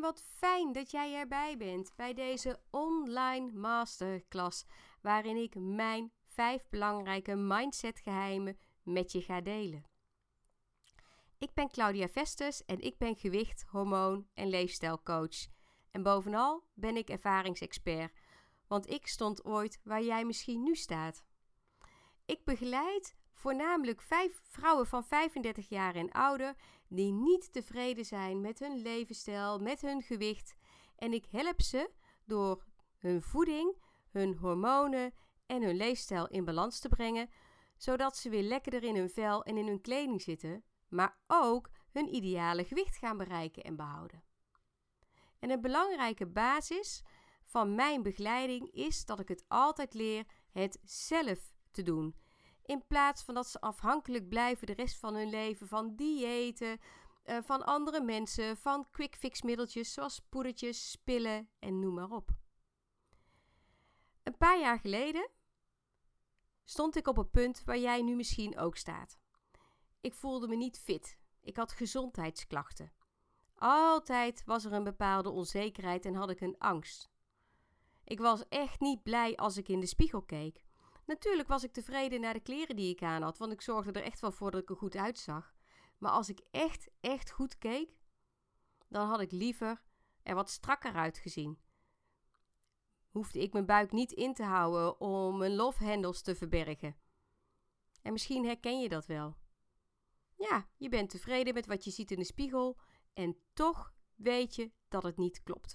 wat fijn dat jij erbij bent bij deze online masterclass waarin ik mijn 5 belangrijke mindsetgeheimen met je ga delen. Ik ben Claudia Vestes en ik ben gewicht, hormoon en leefstijlcoach. En bovenal ben ik ervaringsexpert, want ik stond ooit waar jij misschien nu staat. Ik begeleid voornamelijk 5 vrouwen van 35 jaar en ouder die niet tevreden zijn met hun levensstijl, met hun gewicht. En ik help ze door hun voeding, hun hormonen en hun leefstijl in balans te brengen, zodat ze weer lekkerder in hun vel en in hun kleding zitten, maar ook hun ideale gewicht gaan bereiken en behouden. En een belangrijke basis van mijn begeleiding is dat ik het altijd leer het zelf te doen. In plaats van dat ze afhankelijk blijven de rest van hun leven van diëten, van andere mensen, van quick fix middeltjes zoals poedertjes, pillen en noem maar op. Een paar jaar geleden stond ik op een punt waar jij nu misschien ook staat. Ik voelde me niet fit. Ik had gezondheidsklachten. Altijd was er een bepaalde onzekerheid en had ik een angst. Ik was echt niet blij als ik in de spiegel keek. Natuurlijk was ik tevreden naar de kleren die ik aan had, want ik zorgde er echt wel voor dat ik er goed uitzag. Maar als ik echt goed keek, dan had ik liever er wat strakker uitgezien. Hoefde ik mijn buik niet in te houden om mijn love-handles te verbergen. En misschien herken je dat wel. Ja, je bent tevreden met wat je ziet in de spiegel en toch weet je dat het niet klopt.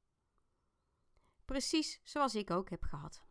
Precies zoals ik ook heb gehad.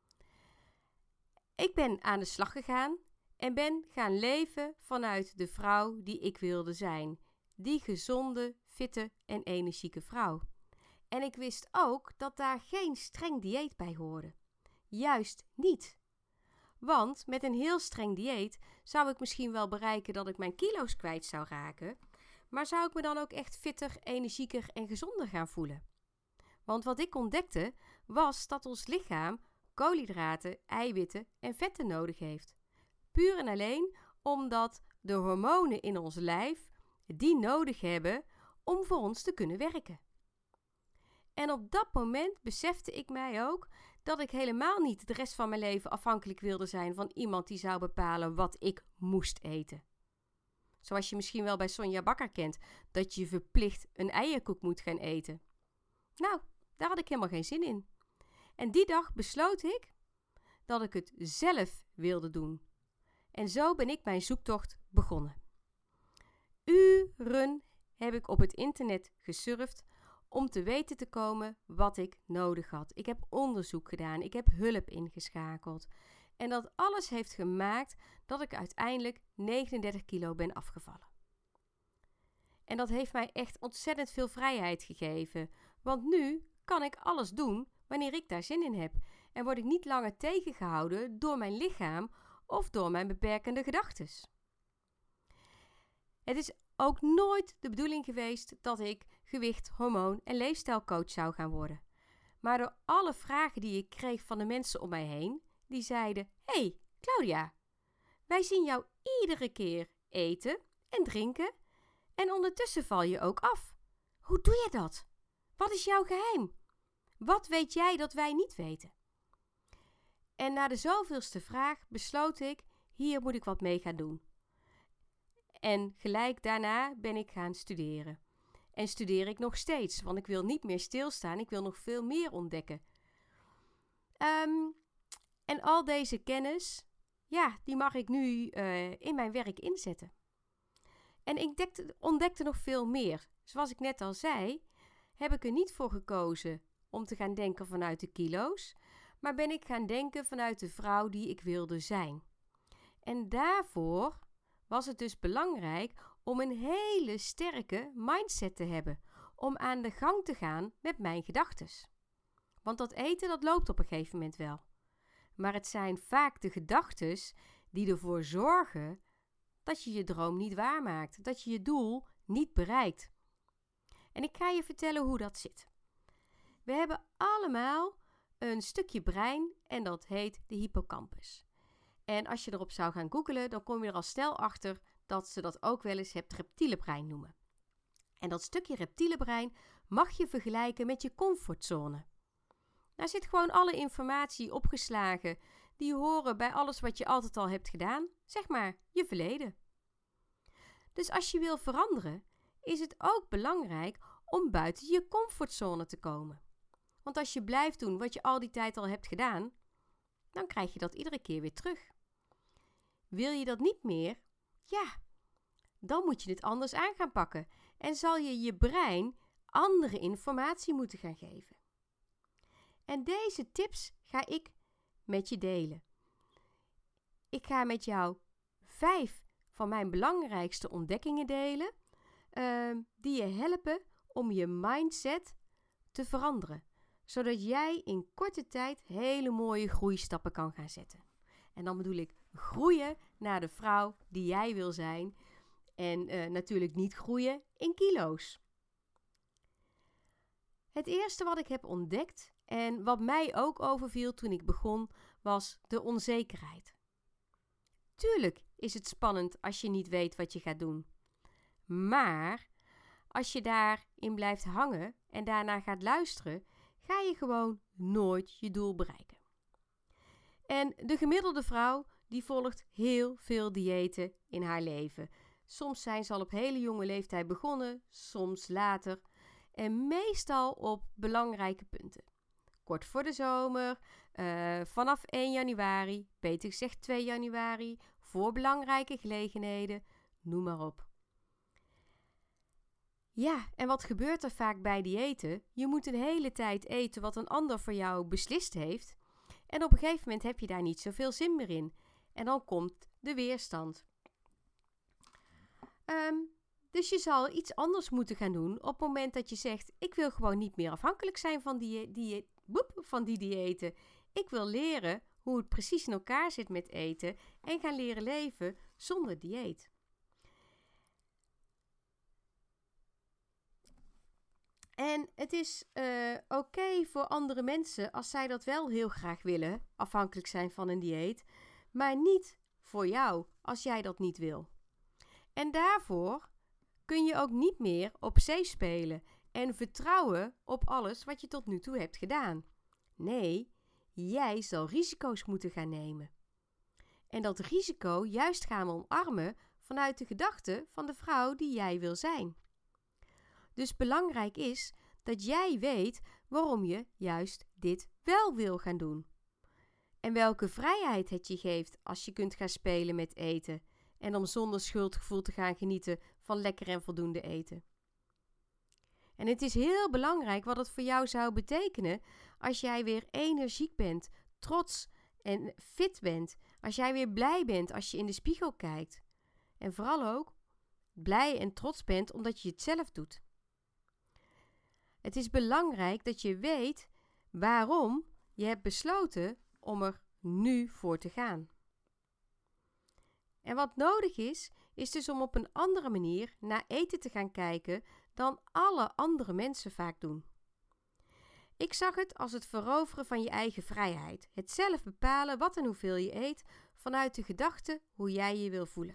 Ik ben aan de slag gegaan en ben gaan leven vanuit de vrouw die ik wilde zijn. Die gezonde, fitte en energieke vrouw. En ik wist ook dat daar geen streng dieet bij hoorde. Juist niet. Want met een heel streng dieet zou ik misschien wel bereiken dat ik mijn kilo's kwijt zou raken. Maar zou ik me dan ook echt fitter, energieker en gezonder gaan voelen? Want wat ik ontdekte was dat ons lichaam koolhydraten, eiwitten en vetten nodig heeft. Puur en alleen omdat de hormonen in ons lijf die nodig hebben om voor ons te kunnen werken. En op dat moment besefte ik mij ook dat ik helemaal niet de rest van mijn leven afhankelijk wilde zijn van iemand die zou bepalen wat ik moest eten. Zoals je misschien wel bij Sonja Bakker kent, dat je verplicht een eierkoek moet gaan eten. Nou, daar had ik helemaal geen zin in. En die dag besloot ik dat ik het zelf wilde doen. En zo ben ik mijn zoektocht begonnen. Uren heb ik op het internet gesurfd om te weten te komen wat ik nodig had. Ik heb onderzoek gedaan, ik heb hulp ingeschakeld. En dat alles heeft gemaakt dat ik uiteindelijk 39 kilo ben afgevallen. En dat heeft mij echt ontzettend veel vrijheid gegeven. Want nu kan ik alles doen wanneer ik daar zin in heb. En word ik niet langer tegengehouden door mijn lichaam of door mijn beperkende gedachten. Het is ook nooit de bedoeling geweest dat ik gewicht, hormoon en leefstijlcoach zou gaan worden. Maar door alle vragen die ik kreeg van de mensen om mij heen, die zeiden: "Hey Claudia, wij zien jou iedere keer eten en drinken en ondertussen val je ook af. Hoe doe je dat? Wat is jouw geheim? Wat weet jij dat wij niet weten?" En na de zoveelste vraag besloot ik: hier moet ik wat mee gaan doen. En gelijk daarna ben ik gaan studeren. En studeer ik nog steeds, want ik wil niet meer stilstaan. Ik wil nog veel meer ontdekken. En al deze kennis, ja, die mag ik nu in mijn werk inzetten. En ik ontdekte nog veel meer. Zoals ik net al zei, heb ik er niet voor gekozen om te gaan denken vanuit de kilo's, maar ben ik gaan denken vanuit de vrouw die ik wilde zijn. En daarvoor was het dus belangrijk om een hele sterke mindset te hebben, om aan de gang te gaan met mijn gedachten. Want dat eten, dat loopt op een gegeven moment wel. Maar het zijn vaak de gedachten die ervoor zorgen dat je je droom niet waarmaakt, dat je je doel niet bereikt. En ik ga je vertellen hoe dat zit. We hebben allemaal een stukje brein en dat heet de hippocampus. En als je erop zou gaan googlen, dan kom je er al snel achter dat ze dat ook wel eens het reptiele brein noemen. En dat stukje reptiele brein mag je vergelijken met je comfortzone. Daar zit gewoon alle informatie opgeslagen die horen bij alles wat je altijd al hebt gedaan, zeg maar je verleden. Dus als je wil veranderen, is het ook belangrijk om buiten je comfortzone te komen. Want als je blijft doen wat je al die tijd al hebt gedaan, dan krijg je dat iedere keer weer terug. Wil je dat niet meer? Ja, dan moet je het anders aan gaan pakken en zal je je brein andere informatie moeten gaan geven. En deze tips ga ik met je delen. Ik ga met jou 5 van mijn belangrijkste ontdekkingen delen, die je helpen om je mindset te veranderen, zodat jij in korte tijd hele mooie groeistappen kan gaan zetten. En dan bedoel ik groeien naar de vrouw die jij wil zijn en natuurlijk niet groeien in kilo's. Het eerste wat ik heb ontdekt en wat mij ook overviel toen ik begon, was de onzekerheid. Tuurlijk is het spannend als je niet weet wat je gaat doen. Maar als je daarin blijft hangen en daarna gaat luisteren, ga je gewoon nooit je doel bereiken. En de gemiddelde vrouw die volgt heel veel diëten in haar leven. Soms zijn ze al op hele jonge leeftijd begonnen, soms later. En meestal op belangrijke punten. Kort voor de zomer, vanaf 1 januari, beter gezegd 2 januari, voor belangrijke gelegenheden, noem maar op. Ja, en wat gebeurt er vaak bij diëten? Je moet een hele tijd eten wat een ander voor jou beslist heeft. En op een gegeven moment heb je daar niet zoveel zin meer in. En dan komt de weerstand. Dus je zal iets anders moeten gaan doen op het moment dat je zegt, ik wil gewoon niet meer afhankelijk zijn van die diëten. Ik wil leren hoe het precies in elkaar zit met eten en gaan leren leven zonder dieet. En het is oké voor andere mensen als zij dat wel heel graag willen, afhankelijk zijn van een dieet, maar niet voor jou als jij dat niet wil. En daarvoor kun je ook niet meer op safe spelen en vertrouwen op alles wat je tot nu toe hebt gedaan. Nee, jij zal risico's moeten gaan nemen. En dat risico juist gaan omarmen vanuit de gedachte van de vrouw die jij wil zijn. Dus belangrijk is dat jij weet waarom je juist dit wel wil gaan doen. En welke vrijheid het je geeft als je kunt gaan spelen met eten en om zonder schuldgevoel te gaan genieten van lekker en voldoende eten. En het is heel belangrijk wat het voor jou zou betekenen als jij weer energiek bent, trots en fit bent. Als jij weer blij bent als je in de spiegel kijkt. En vooral ook blij en trots bent omdat je het zelf doet. Het is belangrijk dat je weet waarom je hebt besloten om er nu voor te gaan. En wat nodig is dus om op een andere manier naar eten te gaan kijken dan alle andere mensen vaak doen. Ik zag het als het veroveren van je eigen vrijheid. Het zelf bepalen wat en hoeveel je eet vanuit de gedachte hoe jij je wil voelen.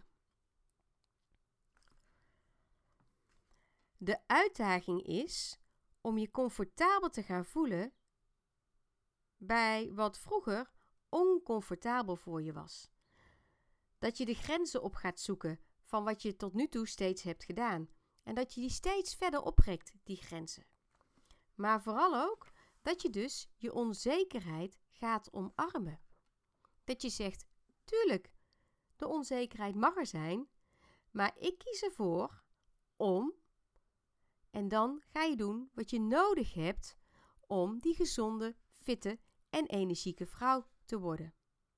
De uitdaging is om je comfortabel te gaan voelen bij wat vroeger oncomfortabel voor je was. Dat je de grenzen op gaat zoeken van wat je tot nu toe steeds hebt gedaan. En dat je die steeds verder oprekt, die grenzen. Maar vooral ook dat je dus je onzekerheid gaat omarmen. Dat je zegt, tuurlijk, de onzekerheid mag er zijn, maar ik kies ervoor om. En dan ga je doen wat je nodig hebt om die gezonde, fitte en energieke vrouw te worden.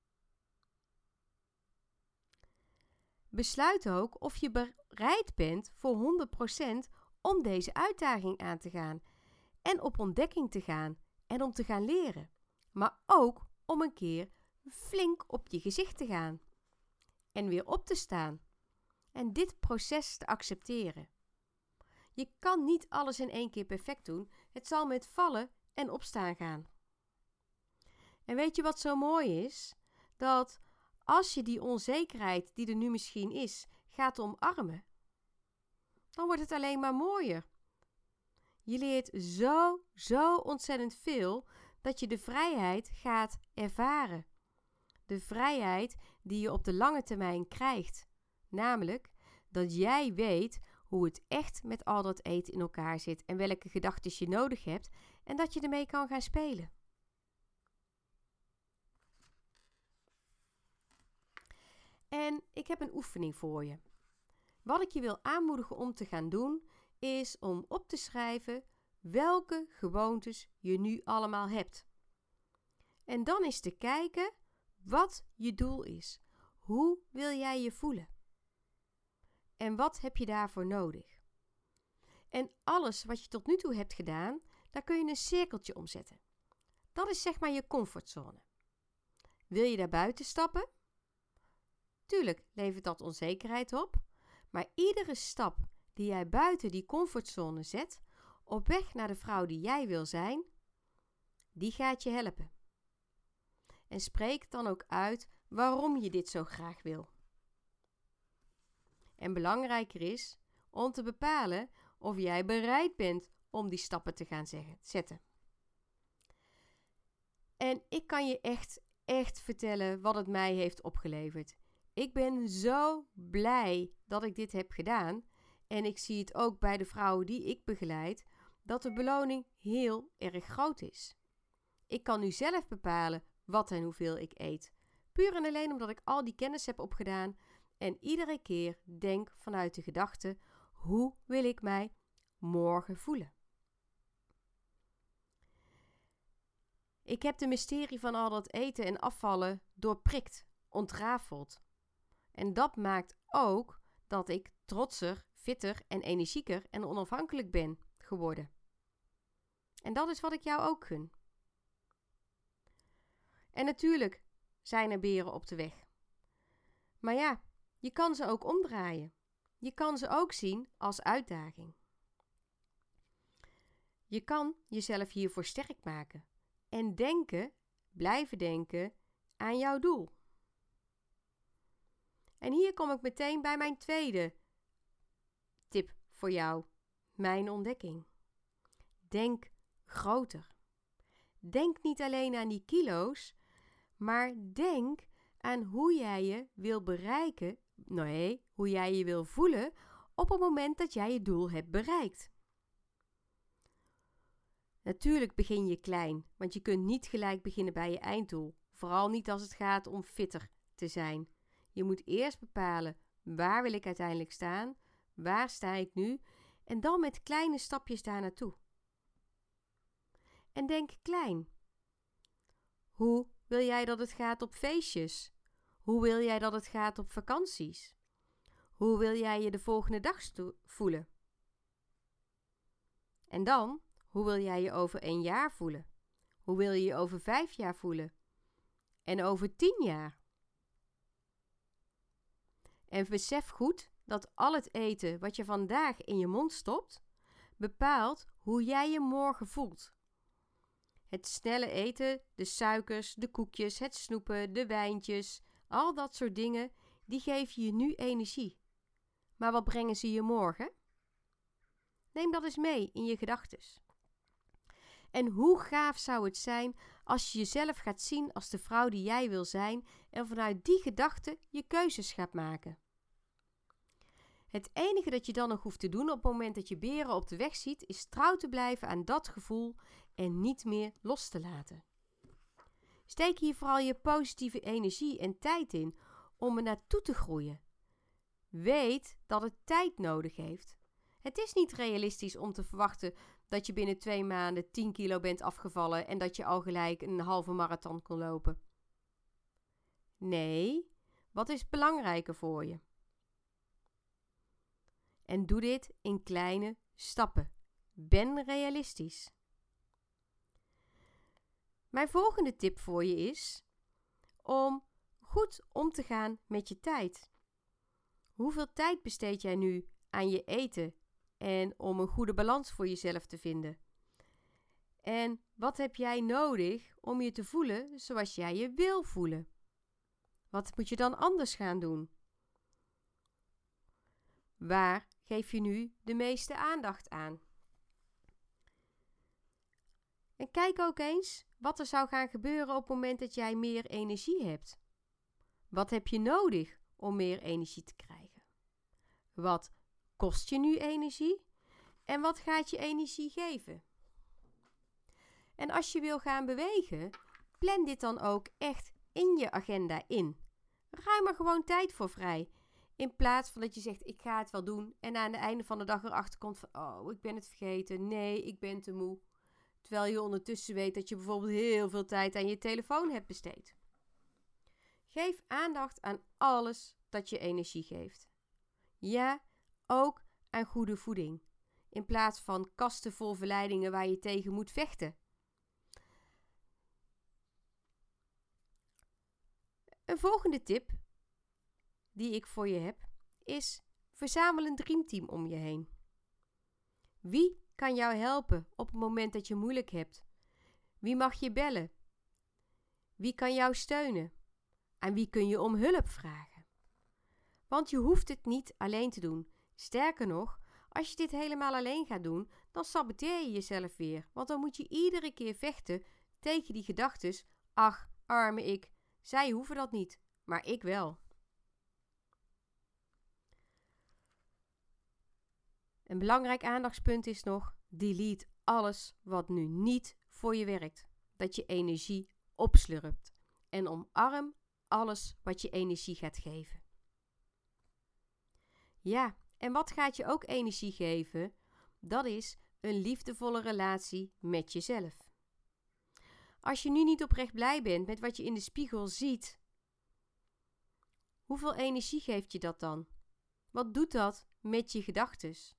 Besluit ook of je bereid bent voor 100% om deze uitdaging aan te gaan en op ontdekking te gaan en om te gaan leren. Maar ook om een keer flink op je gezicht te gaan en weer op te staan en dit proces te accepteren. Je kan niet alles in één keer perfect doen. Het zal met vallen en opstaan gaan. En weet je wat zo mooi is? Dat als je die onzekerheid die er nu misschien is, gaat omarmen, dan wordt het alleen maar mooier. Je leert zo ontzettend veel dat je de vrijheid gaat ervaren. De vrijheid die je op de lange termijn krijgt. Namelijk dat jij weet hoe het echt met al dat eten in elkaar zit en welke gedachten je nodig hebt en dat je ermee kan gaan spelen. En ik heb een oefening voor je. Wat ik je wil aanmoedigen om te gaan doen, is om op te schrijven welke gewoontes je nu allemaal hebt. En dan eens te kijken wat je doel is. Hoe wil jij je voelen? En wat heb je daarvoor nodig? En alles wat je tot nu toe hebt gedaan, daar kun je een cirkeltje omzetten. Dat is zeg maar je comfortzone. Wil je daar buiten stappen? Tuurlijk levert dat onzekerheid op, maar iedere stap die jij buiten die comfortzone zet, op weg naar de vrouw die jij wil zijn, die gaat je helpen. En spreek dan ook uit waarom je dit zo graag wil. En belangrijker is om te bepalen of jij bereid bent om die stappen te gaan zetten. En ik kan je echt vertellen wat het mij heeft opgeleverd. Ik ben zo blij dat ik dit heb gedaan. En ik zie het ook bij de vrouwen die ik begeleid, dat de beloning heel erg groot is. Ik kan nu zelf bepalen wat en hoeveel ik eet. Puur en alleen omdat ik al die kennis heb opgedaan en iedere keer denk vanuit de gedachte, hoe wil ik mij morgen voelen? Ik heb de mysterie van al dat eten en afvallen doorprikt, ontrafeld. En dat maakt ook dat ik trotser, fitter en energieker en onafhankelijk ben geworden. En dat is wat ik jou ook gun. En natuurlijk zijn er beren op de weg. Maar ja, je kan ze ook omdraaien. Je kan ze ook zien als uitdaging. Je kan jezelf hiervoor sterk maken en blijven denken aan jouw doel. En hier kom ik meteen bij mijn tweede tip voor jou, mijn ontdekking. Denk groter. Denk niet alleen aan die kilo's, maar denk aan hoe jij je wil bereiken, hoe jij je wil voelen op het moment dat jij je doel hebt bereikt. Natuurlijk begin je klein, want je kunt niet gelijk beginnen bij je einddoel. Vooral niet als het gaat om fitter te zijn. Je moet eerst bepalen, waar wil ik uiteindelijk staan? Waar sta ik nu? En dan met kleine stapjes daar naartoe. En denk klein. Hoe wil jij dat het gaat op feestjes? Hoe wil jij dat het gaat op vakanties? Hoe wil jij je de volgende dag voelen? En dan, hoe wil jij je over 1 jaar voelen? Hoe wil je je over 5 jaar voelen? En over 10 jaar? En besef goed dat al het eten wat je vandaag in je mond stopt, bepaalt hoe jij je morgen voelt. Het snelle eten, de suikers, de koekjes, het snoepen, de wijntjes, al dat soort dingen, die geven je nu energie. Maar wat brengen ze je morgen? Neem dat eens mee in je gedachtes. En hoe gaaf zou het zijn als je jezelf gaat zien als de vrouw die jij wil zijn en vanuit die gedachte je keuzes gaat maken. Het enige dat je dan nog hoeft te doen op het moment dat je beren op de weg ziet, is trouw te blijven aan dat gevoel en niet meer los te laten. Steek hier vooral je positieve energie en tijd in om er naartoe te groeien. Weet dat het tijd nodig heeft. Het is niet realistisch om te verwachten dat je binnen 2 maanden 10 kilo bent afgevallen en dat je al gelijk een halve marathon kon lopen. Nee, wat is belangrijker voor je? En doe dit in kleine stappen. Ben realistisch. Mijn volgende tip voor je is om goed om te gaan met je tijd. Hoeveel tijd besteed jij nu aan je eten en om een goede balans voor jezelf te vinden? En wat heb jij nodig om je te voelen zoals jij je wil voelen? Wat moet je dan anders gaan doen? Waar geef je nu de meeste aandacht aan? En kijk ook eens wat er zou gaan gebeuren op het moment dat jij meer energie hebt. Wat heb je nodig om meer energie te krijgen? Wat kost je nu energie? En wat gaat je energie geven? En als je wil gaan bewegen, plan dit dan ook echt in je agenda in. Ruim er gewoon tijd voor vrij. In plaats van dat je zegt, ik ga het wel doen. En aan het einde van de dag erachter komt van, oh, ik ben het vergeten. Nee, ik ben te moe. Terwijl je ondertussen weet dat je bijvoorbeeld heel veel tijd aan je telefoon hebt besteed. Geef aandacht aan alles dat je energie geeft. Ja, ook aan goede voeding. In plaats van kasten vol verleidingen waar je tegen moet vechten. Een volgende tip die ik voor je heb is: verzamel een dreamteam om je heen. Wie kan jou helpen op het moment dat je moeilijk hebt? Wie mag je bellen? Wie kan jou steunen? Aan wie kun je om hulp vragen? Want je hoeft het niet alleen te doen. Sterker nog, als je dit helemaal alleen gaat doen, dan saboteer je jezelf weer. Want dan moet je iedere keer vechten tegen die gedachtes: ach, arme ik, zij hoeven dat niet, maar ik wel. Een belangrijk aandachtspunt is nog: delete alles wat nu niet voor je werkt. Dat je energie opslurpt. En omarm alles wat je energie gaat geven. Ja, en wat gaat je ook energie geven? Dat is een liefdevolle relatie met jezelf. Als je nu niet oprecht blij bent met wat je in de spiegel ziet, hoeveel energie geeft je dat dan? Wat doet dat met je gedachtes?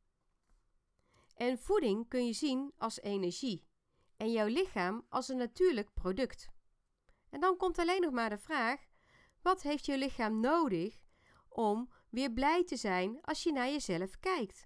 En voeding kun je zien als energie en jouw lichaam als een natuurlijk product. En dan komt alleen nog maar de vraag: wat heeft je lichaam nodig om weer blij te zijn als je naar jezelf kijkt?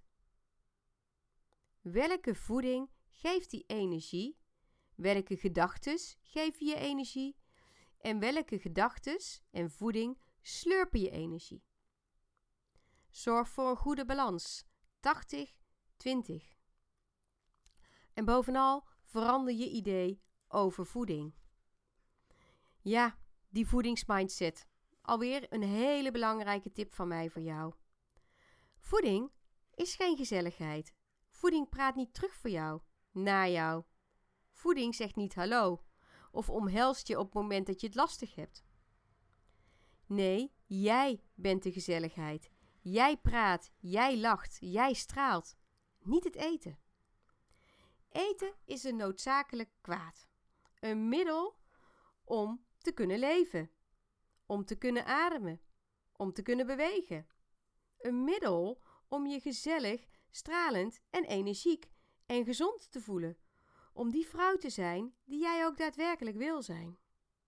Welke voeding geeft die energie? Welke gedachtes geven je energie? En welke gedachtes en voeding slurpen je energie? Zorg voor een goede balans, 80-20. En bovenal verander je idee over voeding. Ja, die voedingsmindset. Alweer een hele belangrijke tip van mij voor jou. Voeding is geen gezelligheid. Voeding praat niet terug voor jou, naar jou. Voeding zegt niet hallo of omhelst je op het moment dat je het lastig hebt. Nee, jij bent de gezelligheid. Jij praat, jij lacht, jij straalt. Niet het eten. Eten is een noodzakelijk kwaad. Een middel om te kunnen leven. Om te kunnen ademen. Om te kunnen bewegen. Een middel om je gezellig, stralend en energiek en gezond te voelen. Om die vrouw te zijn die jij ook daadwerkelijk wil zijn.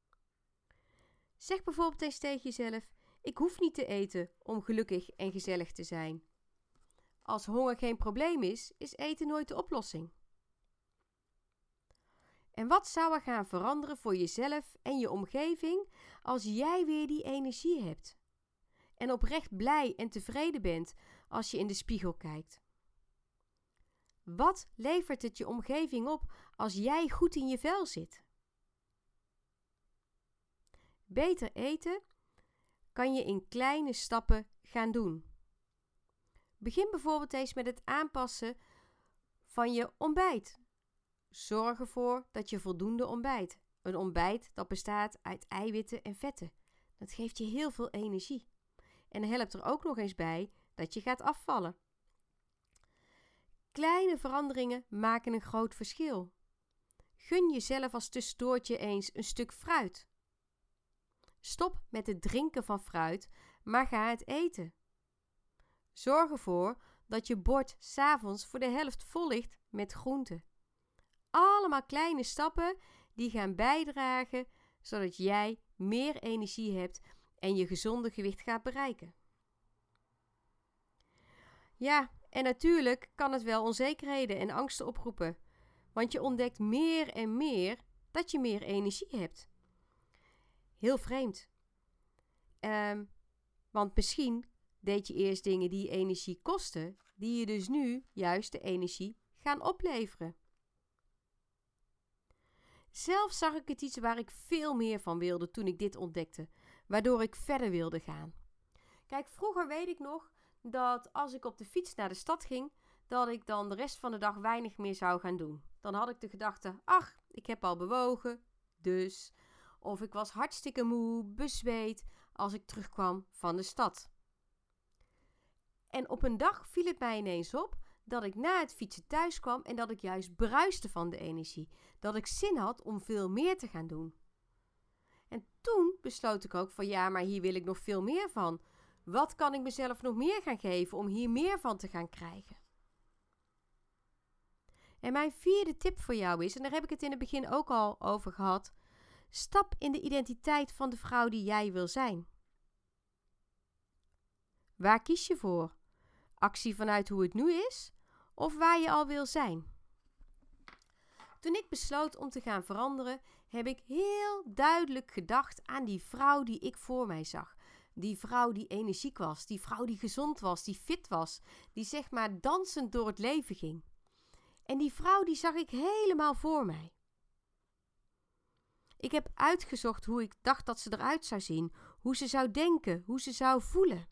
Zeg bijvoorbeeld eens tegen jezelf: ik hoef niet te eten om gelukkig en gezellig te zijn. Als honger geen probleem is, is eten nooit de oplossing. En wat zou er gaan veranderen voor jezelf en je omgeving als jij weer die energie hebt? En oprecht blij en tevreden bent als je in de spiegel kijkt? Wat levert het je omgeving op als jij goed in je vel zit? Beter eten kan je in kleine stappen gaan doen. Begin bijvoorbeeld eens met het aanpassen van je ontbijt. Zorg ervoor dat je voldoende ontbijt. Een ontbijt dat bestaat uit eiwitten en vetten. Dat geeft je heel veel energie. En helpt er ook nog eens bij dat je gaat afvallen. Kleine veranderingen maken een groot verschil. Gun jezelf als tussendoortje eens een stuk fruit. Stop met het drinken van fruit, maar ga het eten. Zorg ervoor dat je bord 's avonds voor de helft vol ligt met groenten. Allemaal kleine stappen die gaan bijdragen zodat jij meer energie hebt en je gezonde gewicht gaat bereiken. Ja, en natuurlijk kan het wel onzekerheden en angsten oproepen, want je ontdekt meer en meer dat je meer energie hebt. Heel vreemd. Want misschien deed je eerst dingen die energie kosten, die je dus nu juist de energie gaan opleveren. Zelf zag ik het iets waar ik veel meer van wilde toen ik dit ontdekte, waardoor ik verder wilde gaan. Kijk, vroeger weet ik nog dat als ik op de fiets naar de stad ging, dat ik dan de rest van de dag weinig meer zou gaan doen. Dan had ik de gedachte, ach, ik heb al bewogen, dus. Of ik was hartstikke moe, bezweet als ik terugkwam van de stad. En op een dag viel het mij ineens op dat ik na het fietsen thuis kwam en dat ik juist bruiste van de energie. Dat ik zin had om veel meer te gaan doen. En toen besloot ik ook van ja, maar hier wil ik nog veel meer van. Wat kan ik mezelf nog meer gaan geven om hier meer van te gaan krijgen? En mijn 4e tip voor jou is, en daar heb ik het in het begin ook al over gehad, stap in de identiteit van de vrouw die jij wil zijn. Waar kies je voor? Actie vanuit hoe het nu is of waar je al wil zijn? Toen ik besloot om te gaan veranderen, heb ik heel duidelijk gedacht aan die vrouw die ik voor mij zag. Die vrouw die energiek was, die vrouw die gezond was, die fit was, die zeg maar dansend door het leven ging. En die vrouw die zag ik helemaal voor mij. Ik heb uitgezocht hoe ik dacht dat ze eruit zou zien, hoe ze zou denken, hoe ze zou voelen.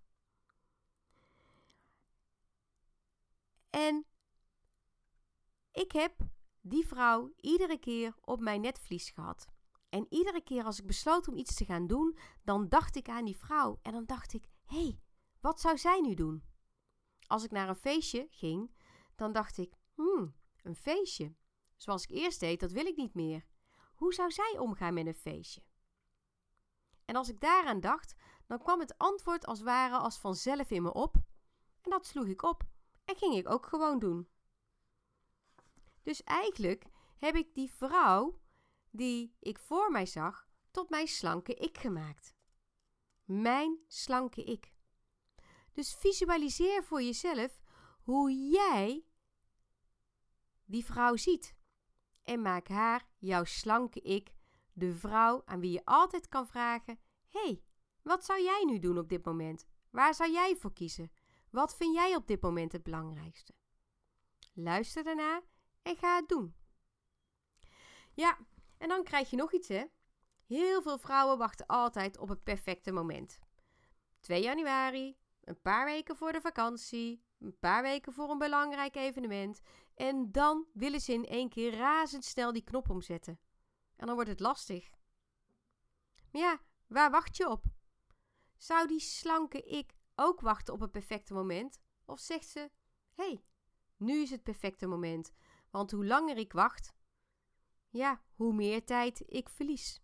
En ik heb die vrouw iedere keer op mijn netvlies gehad. En iedere keer als ik besloot om iets te gaan doen, dan dacht ik aan die vrouw. En dan dacht ik, hé, wat zou zij nu doen? Als ik naar een feestje ging, dan dacht ik, een feestje. Zoals ik eerst deed, dat wil ik niet meer. Hoe zou zij omgaan met een feestje? En als ik daaraan dacht, dan kwam het antwoord als ware als vanzelf in me op. En dat sloeg ik op en ging ik ook gewoon doen. Dus eigenlijk heb ik die vrouw die ik voor mij zag tot mijn slanke ik gemaakt. Mijn slanke ik. Dus visualiseer voor jezelf hoe jij die vrouw ziet. En maak haar, jouw slanke ik, de vrouw aan wie je altijd kan vragen: hey, wat zou jij nu doen op dit moment? Waar zou jij voor kiezen? Wat vind jij op dit moment het belangrijkste? Luister daarna en ga het doen. Ja, en dan krijg je nog iets, hè? Heel veel vrouwen wachten altijd op het perfecte moment. 2 januari, een paar weken voor de vakantie, een paar weken voor een belangrijk evenement. En dan willen ze in één keer razendsnel die knop omzetten. En dan wordt het lastig. Maar ja, waar wacht je op? Zou die slanke ik ook wachten op het perfecte moment? Of zegt ze, hey, nu is het perfecte moment. Want hoe langer ik wacht, ja, hoe meer tijd ik verlies.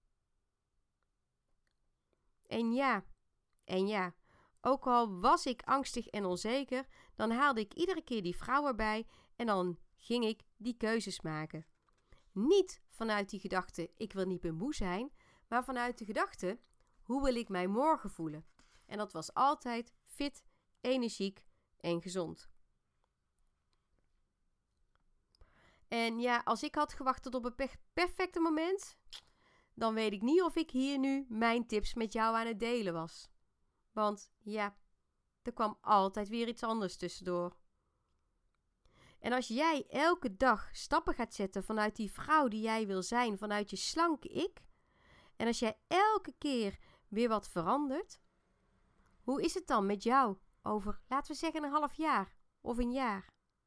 En ja, ook al was ik angstig en onzeker, dan haalde ik iedere keer die vrouw erbij en dan ging ik die keuzes maken. Niet vanuit die gedachte, ik wil niet meer moe zijn, maar vanuit de gedachte, hoe wil ik mij morgen voelen? En dat was altijd fit, energiek en gezond. En ja, als ik had gewacht tot op het perfecte moment, dan weet ik niet of ik hier nu mijn tips met jou aan het delen was. Want ja, er kwam altijd weer iets anders tussendoor. En als jij elke dag stappen gaat zetten vanuit die vrouw die jij wil zijn, vanuit je slanke ik, en als jij elke keer weer wat verandert, hoe is het dan met jou over, laten we zeggen, een half jaar of een jaar?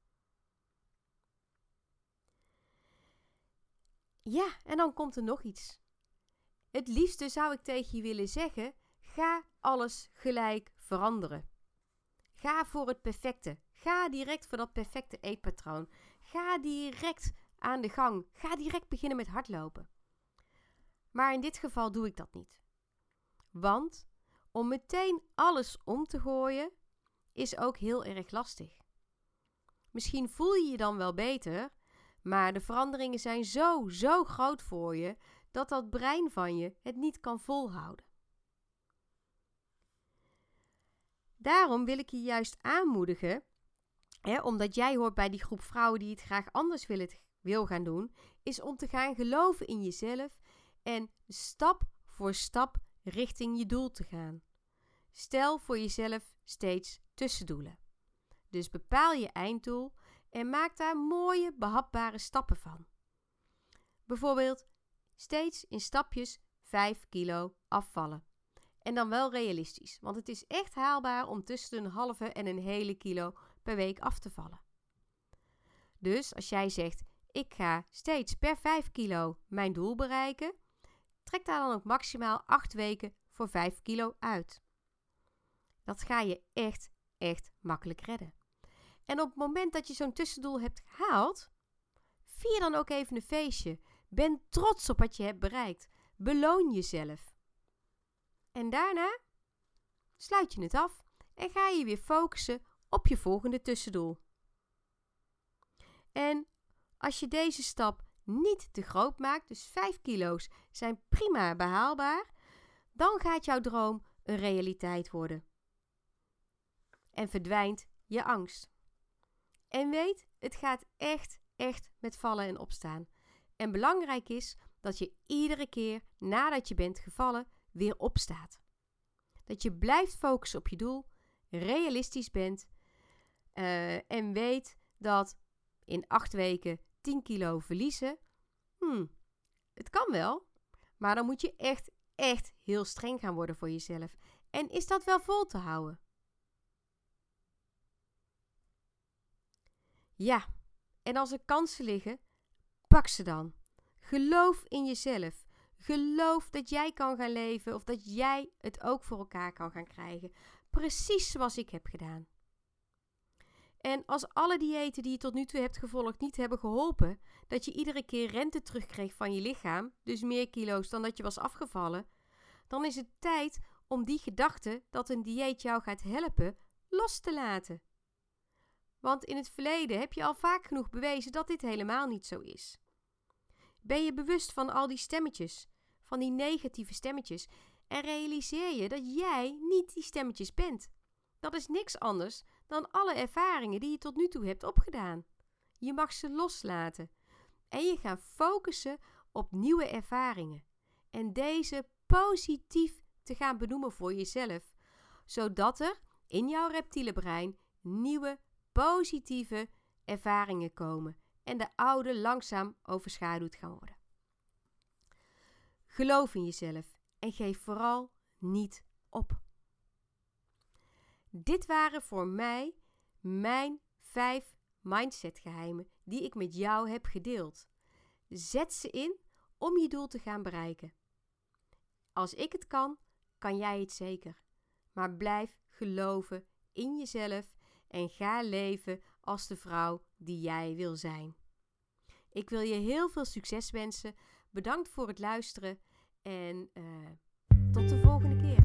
Ja, en dan komt er nog iets. Het liefste zou ik tegen je willen zeggen, ga alles gelijk veranderen. Ga voor het perfecte. Ga direct voor dat perfecte eetpatroon. Ga direct aan de gang. Ga direct beginnen met hardlopen. Maar in dit geval doe ik dat niet. Want om meteen alles om te gooien is ook heel erg lastig. Misschien voel je je dan wel beter, maar de veranderingen zijn zo groot voor je dat brein van je het niet kan volhouden. Daarom wil ik je juist aanmoedigen, omdat jij hoort bij die groep vrouwen die het graag anders wil gaan doen, is om te gaan geloven in jezelf en stap voor stap richting je doel te gaan. Stel voor jezelf steeds tussendoelen. Dus bepaal je einddoel en maak daar mooie, behapbare stappen van. Bijvoorbeeld steeds in stapjes 5 kilo afvallen. En dan wel realistisch, want het is echt haalbaar om tussen een halve en een hele kilo per week af te vallen. Dus als jij zegt, ik ga steeds per 5 kilo mijn doel bereiken, trek daar dan ook maximaal 8 weken voor 5 kilo uit. Dat ga je echt makkelijk redden. En op het moment dat je zo'n tussendoel hebt gehaald, vier dan ook even een feestje. Ben trots op wat je hebt bereikt. Beloon jezelf. En daarna sluit je het af en ga je weer focussen op je volgende tussendoel. En als je deze stap niet te groot maakt, dus 5 kilo's zijn prima behaalbaar, dan gaat jouw droom een realiteit worden. En verdwijnt je angst. En weet, het gaat echt met vallen en opstaan. En belangrijk is dat je iedere keer nadat je bent gevallen weer opstaat. Dat je blijft focussen op je doel, realistisch bent en weet dat in 8 weken 10 kilo verliezen, het kan wel, maar dan moet je echt heel streng gaan worden voor jezelf. En is dat wel vol te houden? Ja, en als er kansen liggen, pak ze dan. Geloof in jezelf. Geloof dat jij kan gaan leven of dat jij het ook voor elkaar kan gaan krijgen. Precies zoals ik heb gedaan. En als alle diëten die je tot nu toe hebt gevolgd niet hebben geholpen, dat je iedere keer rente terugkreeg van je lichaam, dus meer kilo's dan dat je was afgevallen, dan is het tijd om die gedachte dat een dieet jou gaat helpen, los te laten. Want in het verleden heb je al vaak genoeg bewezen dat dit helemaal niet zo is. Ben je bewust van al die stemmetjes, van die negatieve stemmetjes, en realiseer je dat jij niet die stemmetjes bent. Dat is niks anders dan alle ervaringen die je tot nu toe hebt opgedaan. Je mag ze loslaten en je gaat focussen op nieuwe ervaringen. En deze positief te gaan benoemen voor jezelf, zodat er in jouw reptiele brein nieuwe positieve ervaringen komen en de oude langzaam overschaduwd gaan worden. Geloof in jezelf en geef vooral niet op. Dit waren voor mij mijn 5 mindsetgeheimen die ik met jou heb gedeeld. Zet ze in om je doel te gaan bereiken. Als ik het kan, kan jij het zeker. Maar blijf geloven in jezelf en ga leven als de vrouw die jij wil zijn. Ik wil je heel veel succes wensen. Bedankt voor het luisteren en tot de volgende keer.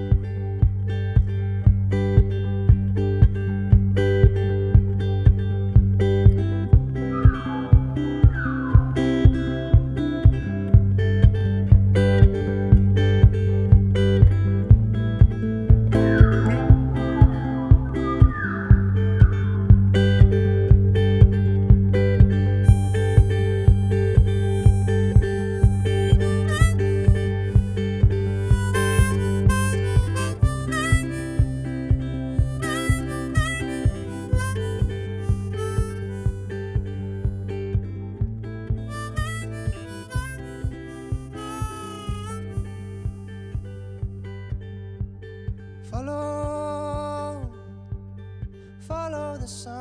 Follow the sun,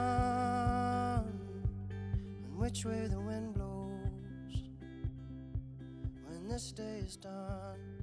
and which way the wind blows when this day is done.